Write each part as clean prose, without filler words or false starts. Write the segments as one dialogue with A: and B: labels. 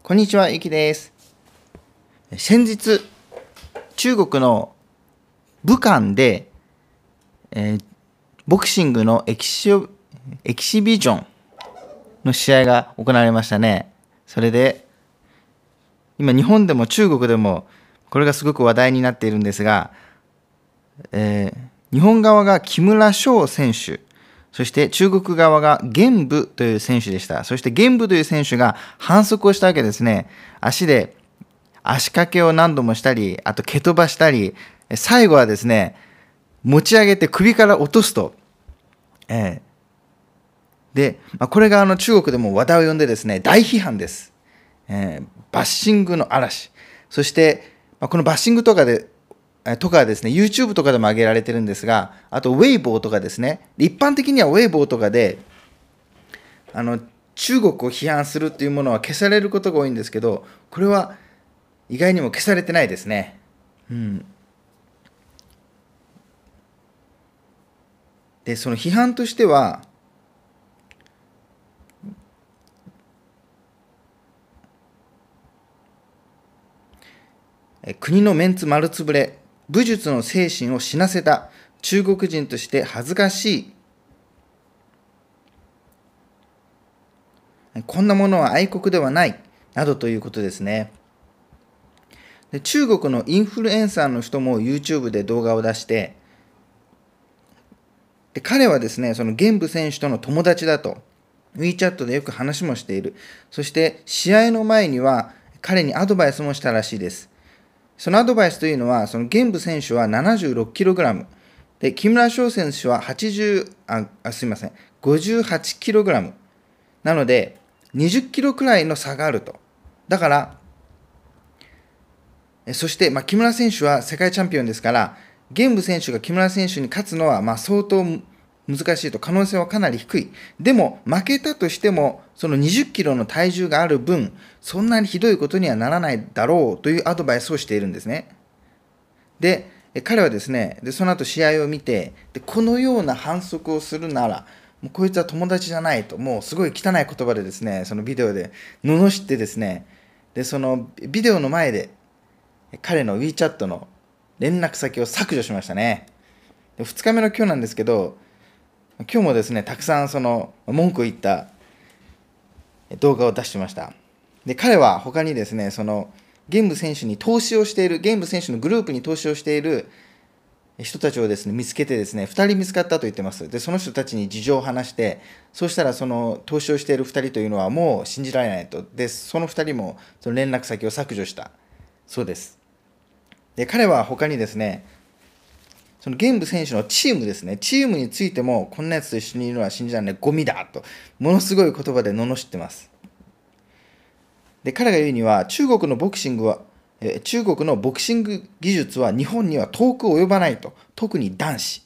A: こんにちは、ゆきです。先日、中国の武漢で、ボクシングのエキシビジョンの試合が行われましたね。それで、今日本でも中国でもこれがすごく話題になっているんですが、日本側が木村翔選手、そして中国側が玄武という選手でした。そして玄武という選手が反則をしたわけですね。足で足掛けを何度もしたり、あと蹴飛ばしたり、最後はですね、持ち上げて首から落とすと。で、これが中国でも話題を呼んでですね、大批判です。バッシングの嵐。そして、このバッシングとかはですね、YouTube とかでも上げられてるんですが、あと、ウェイボーとかですね、一般的にはウェイボーとかで、中国を批判するっていうものは消されることが多いんですけど、これは意外にも消されてないですね。で、その批判としては、国のメンツ丸つぶれ、武術の精神を死なせた、中国人として恥ずかしい、こんなものは愛国ではない、などということですね。で、中国のインフルエンサーの人も YouTube で動画を出して、で彼はですね、その玄武選手との友達だと、WeChat でよく話もしている。そして試合の前には彼にアドバイスもしたらしいです。そのアドバイスというのは、その玄武選手は 76kg、で、木村翔選手は58kg。なので、20キロくらいの差があると。だから、そして、木村選手は世界チャンピオンですから、玄武選手が木村選手に勝つのは相当難しいと、可能性はかなり低い。でも、負けたとしても、その20キロの体重がある分、そんなにひどいことにはならないだろうというアドバイスをしているんですね。で、彼はですね、その後試合を見て、このような反則をするなら、もうこいつは友達じゃないと、もうすごい汚い言葉でですね、そのビデオで罵ってですね、で、そのビデオの前で、彼の WeChat の連絡先を削除しましたね。で、2日目の今日なんですけど、今日もですね、たくさんその文句を言った動画を出してました。で、彼は他にですね、その玄武選手に投資をしている、玄武選手のグループに投資をしている人たちをですね、見つけてですね、2人見つかったと言ってます。で、その人たちに事情を話して、そうしたらその投資をしている2人というのはもう信じられないと。で、その2人もその連絡先を削除した。そうです。で、彼は他にですね、その玄武選手のチームですね、チームについても、こんなやつと一緒にいるのは信じられない、ゴミだと、ものすごい言葉で罵ってます。で、彼が言うには、中国のボクシング技術は日本には遠く及ばないと、特に男子。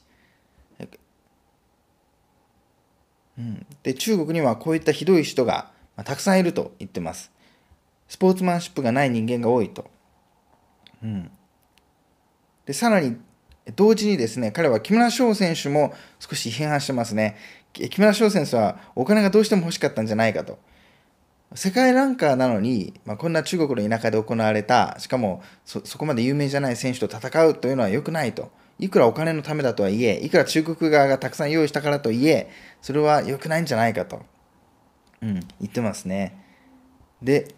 A: で、中国にはこういったひどい人がたくさんいると言ってます。スポーツマンシップがない人間が多いと。で、さらに、同時にですね、彼は木村翔選手も少し批判してますね。木村翔選手はお金がどうしても欲しかったんじゃないかと。世界ランカーなのに、こんな中国の田舎で行われた、しかもそこまで有名じゃない選手と戦うというのは良くないと。いくらお金のためだとはいえ、いくら中国側がたくさん用意したからとはいえ、それは良くないんじゃないかと、言ってますね。で、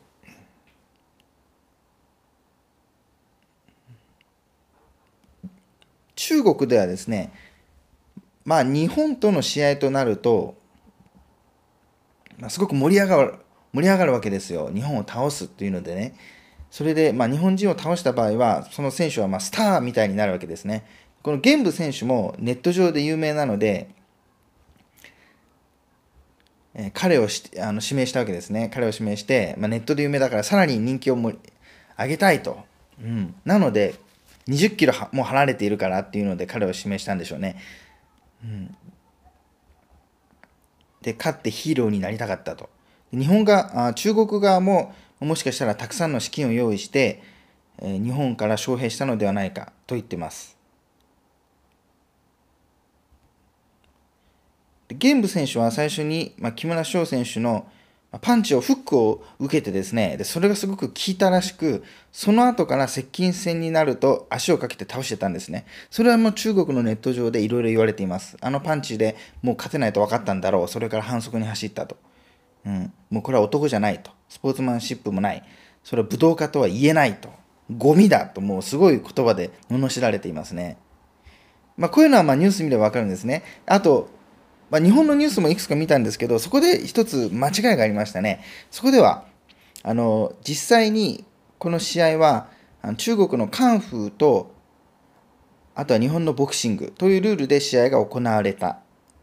A: 中国ではですね、日本との試合となると、すごく盛り上がるわけですよ。日本を倒すっていうのでね。それで、日本人を倒した場合は、その選手はスターみたいになるわけですね。この玄武選手もネット上で有名なので、彼を指名したわけですね。彼を指名して、ネットで有名だからさらに人気を上げたいと。なので、20キロも離れているからっていうので彼を指名したんでしょうね。で、勝ってヒーローになりたかったと。中国側ももしかしたらたくさんの資金を用意して、日本から招聘したのではないかと言ってます。で玄武選手は最初に、木村翔選手のパンチをフックを受けてですね、でそれがすごく効いたらしく、その後から接近戦になると足をかけて倒してたんですね。それはもう中国のネット上でいろいろ言われています。あのパンチでもう勝てないと分かったんだろう。それから反則に走ったと。もうこれは男じゃないと。スポーツマンシップもない。それは武道家とは言えないと。ゴミだと、もうすごい言葉で罵られていますね。こういうのはニュース見れば分かるんですね。あと、日本のニュースもいくつか見たんですけど、そこで一つ間違いがありましたね。そこでは、実際にこの試合は、中国のカンフーと、あとは日本のボクシングというルールで試合が行われた。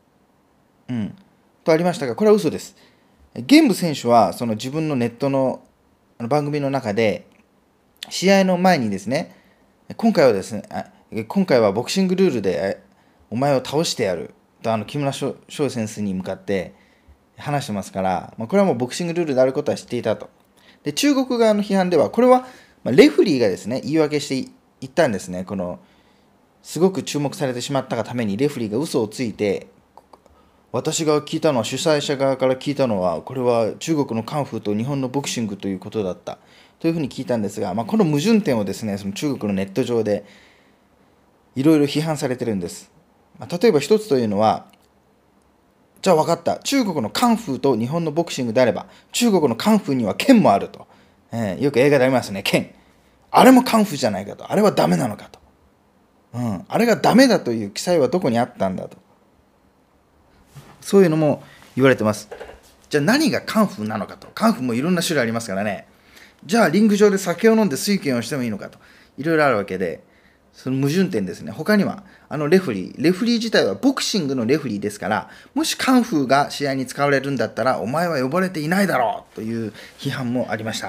A: とありましたが、これは嘘です。ゲンブ選手は、その自分のネットの番組の中で、試合の前にですね、今回はですね、今回はボクシングルールでお前を倒してやると木村翔先生に向かって話してますから、これはもうボクシングルールであることは知っていたと。で、中国側の批判では、これはレフリーがですね、言い訳していったんですね。すごく注目されてしまったがためにレフリーが嘘をついて、私が聞いたのは、主催者側から聞いたのは、これは中国のカンフーと日本のボクシングということだったというふうに聞いたんですが、この矛盾点をですね、その中国のネット上でいろいろ批判されてるんです。例えば一つというのは、じゃあ分かった、中国のカンフーと日本のボクシングであれば、中国のカンフーには剣もあると。よく映画でありますね、剣。あれもカンフーじゃないかと。あれはダメなのかと。あれがダメだという記載はどこにあったんだと。そういうのも言われてます。じゃあ何がカンフーなのかと。カンフーもいろんな種類ありますからね。じゃあリング上で酒を飲んで水拳をしてもいいのかと。いろいろあるわけで、その矛盾点ですね。他には、レフリー自体はボクシングのレフリーですから、もしカンフーが試合に使われるんだったら、お前は呼ばれていないだろうという批判もありました。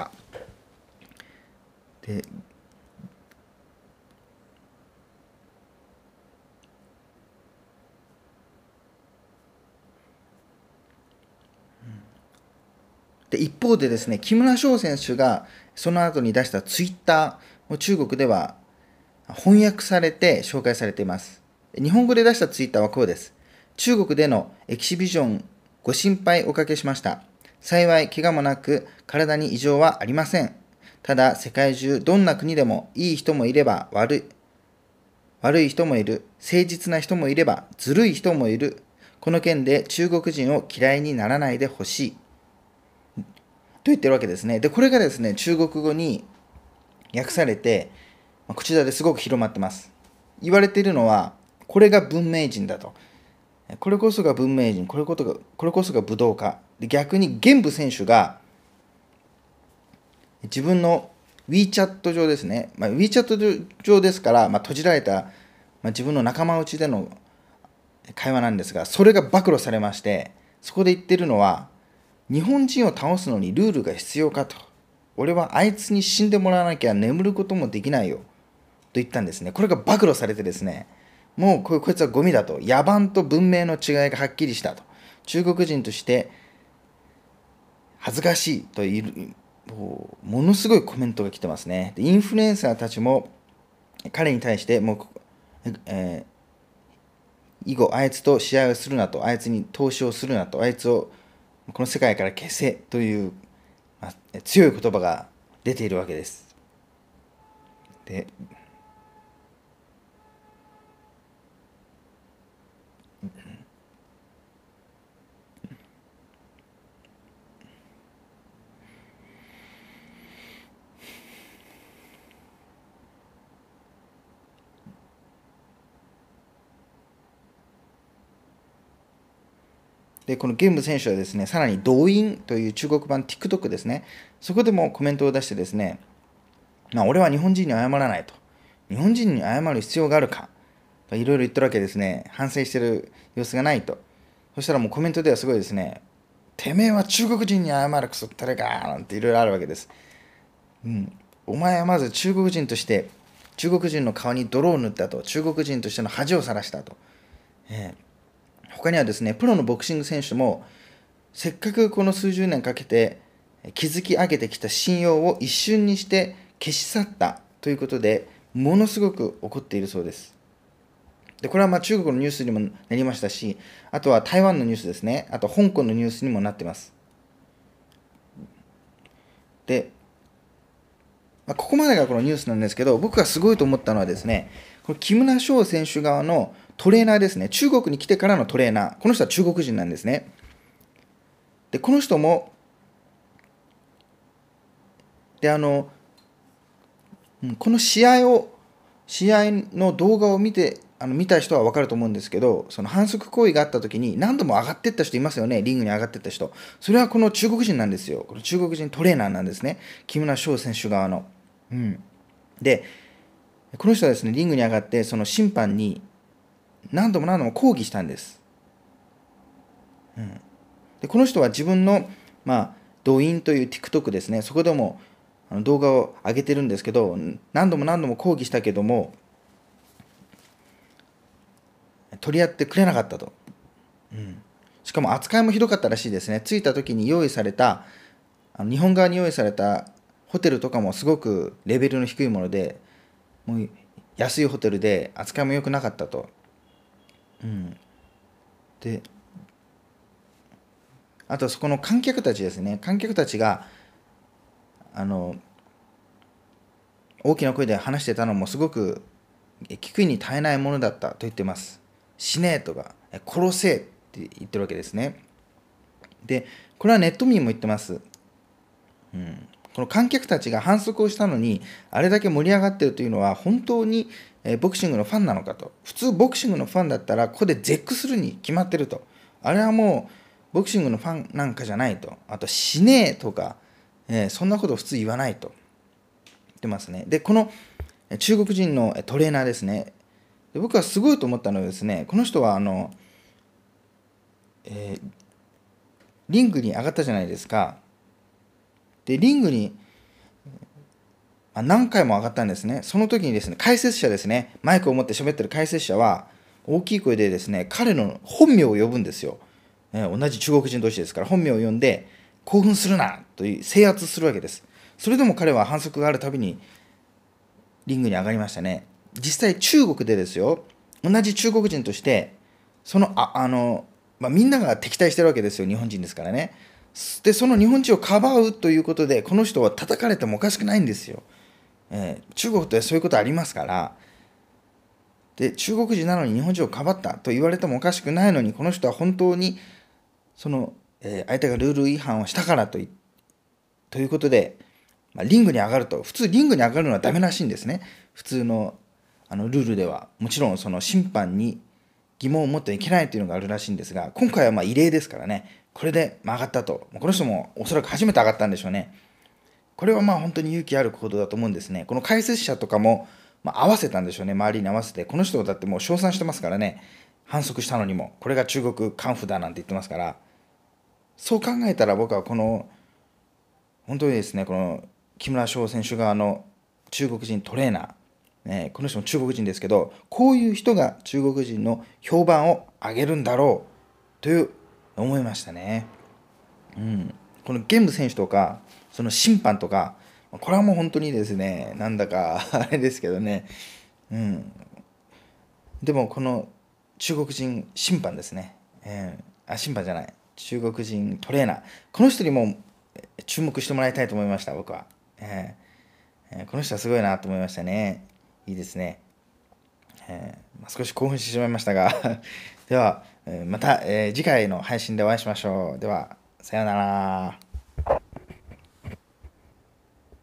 A: で一方でですね、木村翔選手がその後に出したツイッターも中国では翻訳されて紹介されています。日本語で出したツイッターはこうです。中国でのエキシビジョンご心配おかけしました。幸い怪我もなく体に異常はありません。ただ世界中どんな国でもいい人もいれば悪い人もいる。誠実な人もいればずるい人もいる。この件で中国人を嫌いにならないでほしい。と言ってるわけですね。で、これがですね、中国語に訳されて、こちらですごく広まってます。言われているのは、これが文明人だと。これこそが文明人、これこそが武道家。で逆に玄武選手が自分の WeChat 上ですね、WeChat 上ですから、閉じられた、自分の仲間内での会話なんですが、それが暴露されまして、そこで言ってるのは、日本人を倒すのにルールが必要かと。俺はあいつに死んでもらわなきゃ眠ることもできないよ。と言ったんですね。これが暴露されてですね、もうこいつはゴミだと。野蛮と文明の違いがはっきりしたと。中国人として恥ずかしいという、ものすごいコメントが来てますね。でインフルエンサーたちも彼に対してもう、以後あいつと試合をするなと、あいつに投資をするなと、あいつをこの世界から消せという、強い言葉が出ているわけです。でこのゲーム選手はですね、さらにドインという中国版 TikTok ですね、そこでもコメントを出してですね、俺は日本人に謝らないと。日本人に謝る必要があるか。いろいろ言ってるわけですね。反省してる様子がないと。そしたらもうコメントではすごいですね、てめえは中国人に謝るクソったれかなんていろいろあるわけです。お前はまず中国人として、中国人の顔に泥を塗ったと。中国人としての恥をさらしたと。他にはですね、プロのボクシング選手も、せっかくこの数十年かけて築き上げてきた信用を一瞬にして消し去ったということで、ものすごく怒っているそうです。で、これは中国のニュースにもなりましたし、あとは台湾のニュースですね、あと香港のニュースにもなってます。 で、ここまでがこのニュースなんですけど、僕がすごいと思ったのはですね、この木村翔選手側のトレーナーですね、中国に来てからのトレーナー、この人は中国人なんですね。で、この人も、で、この試合の動画を見た人は分かると思うんですけど、その反則行為があった時に何度も上がっていった人いますよね、リングに上がっていった人。それはこの中国人なんですよ。この中国人トレーナーなんですね。木村翔選手側の。で、この人はですね、リングに上がって、その審判に何度も何度も抗議したんです。で、この人は自分の、ドインという TikTok ですね、そこでも動画を上げてるんですけど、何度も何度も抗議したけども、取り合ってくれなかったと。しかも扱いもひどかったらしいですね。着いた時に用意された、日本側に用意されたホテルとかもすごくレベルの低いもので、もう安いホテルで扱いも良くなかったと。で、あとそこの観客たちですね、観客たちが大きな声で話してたのもすごく聞くに耐えないものだったと言ってます。死ねとか殺せって言ってるわけですね。で、これはネット民も言ってます。この観客たちが反則をしたのにあれだけ盛り上がっているというのは本当にボクシングのファンなのかと。普通ボクシングのファンだったらここで絶句するに決まってると。あれはもうボクシングのファンなんかじゃないと。あと死ねえとか、そんなこと普通言わないと言ってますね。で、この中国人のトレーナーですね。で、僕はすごいと思ったのはですね、この人はリングに上がったじゃないですか。で、リングに何回も上がったんですね。その時にですね、解説者ですね、マイクを持って喋ってる解説者は、大きい声でですね、彼の本名を呼ぶんですよ。同じ中国人同士ですから、本名を呼んで、興奮するなという制圧するわけです。それでも彼は反則があるたびにリングに上がりましたね。実際中国でですよ、同じ中国人として、みんなが敵対してるわけですよ、日本人ですからね。で、その日本人をかばうということで、この人は叩かれてもおかしくないんですよ。中国ってそういうことありますから、で、中国人なのに日本人をかばったと言われてもおかしくないのに、この人は本当に、相手がルール違反をしたからということで、リングに上がると、普通リングに上がるのはダメらしいんですね。普通のルールでは。もちろんその審判に疑問を持ってはいけないというのがあるらしいんですが、今回は異例ですからね、これで上がったと。この人もおそらく初めて上がったんでしょうね。これは本当に勇気ある行動だと思うんですね。この解説者とかも、合わせたんでしょうね、周りに合わせて。この人だってもう称賛してますからね、反則したのにも、これが中国カンフーだなんて言ってますから、そう考えたら僕は本当にですね、この木村翔選手側の中国人トレーナー、この人も中国人ですけど、こういう人が中国人の評判を上げるんだろうという思いましたね。このゲーム選手とか、その審判とか、これはもう本当にですね、なんだかあれですけどね、でもこの中国人審判ですね、審判じゃない、中国人トレーナー、この人にも注目してもらいたいと思いました、僕は。この人はすごいなと思いましたね。いいですね。少し興奮してしまいましたがでは、また、次回の配信でお会いしましょう。では、さようなら。